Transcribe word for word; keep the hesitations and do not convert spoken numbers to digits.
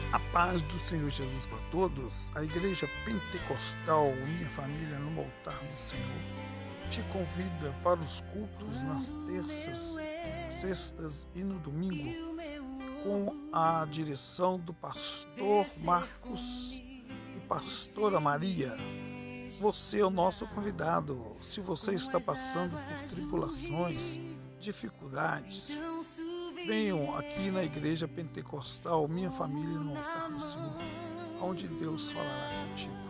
A paz do Senhor Jesus para todos. A Igreja Pentecostal Minha Família no Altar do Senhor te convida para os cultos nas terças, sextas e no domingo, com a direção do pastor Marcos e pastora Maria. Você é o nosso convidado. Se você está passando por tribulações, dificuldades, venham aqui na Igreja Pentecostal Minha Família no Altar do Senhor, onde Deus falará contigo.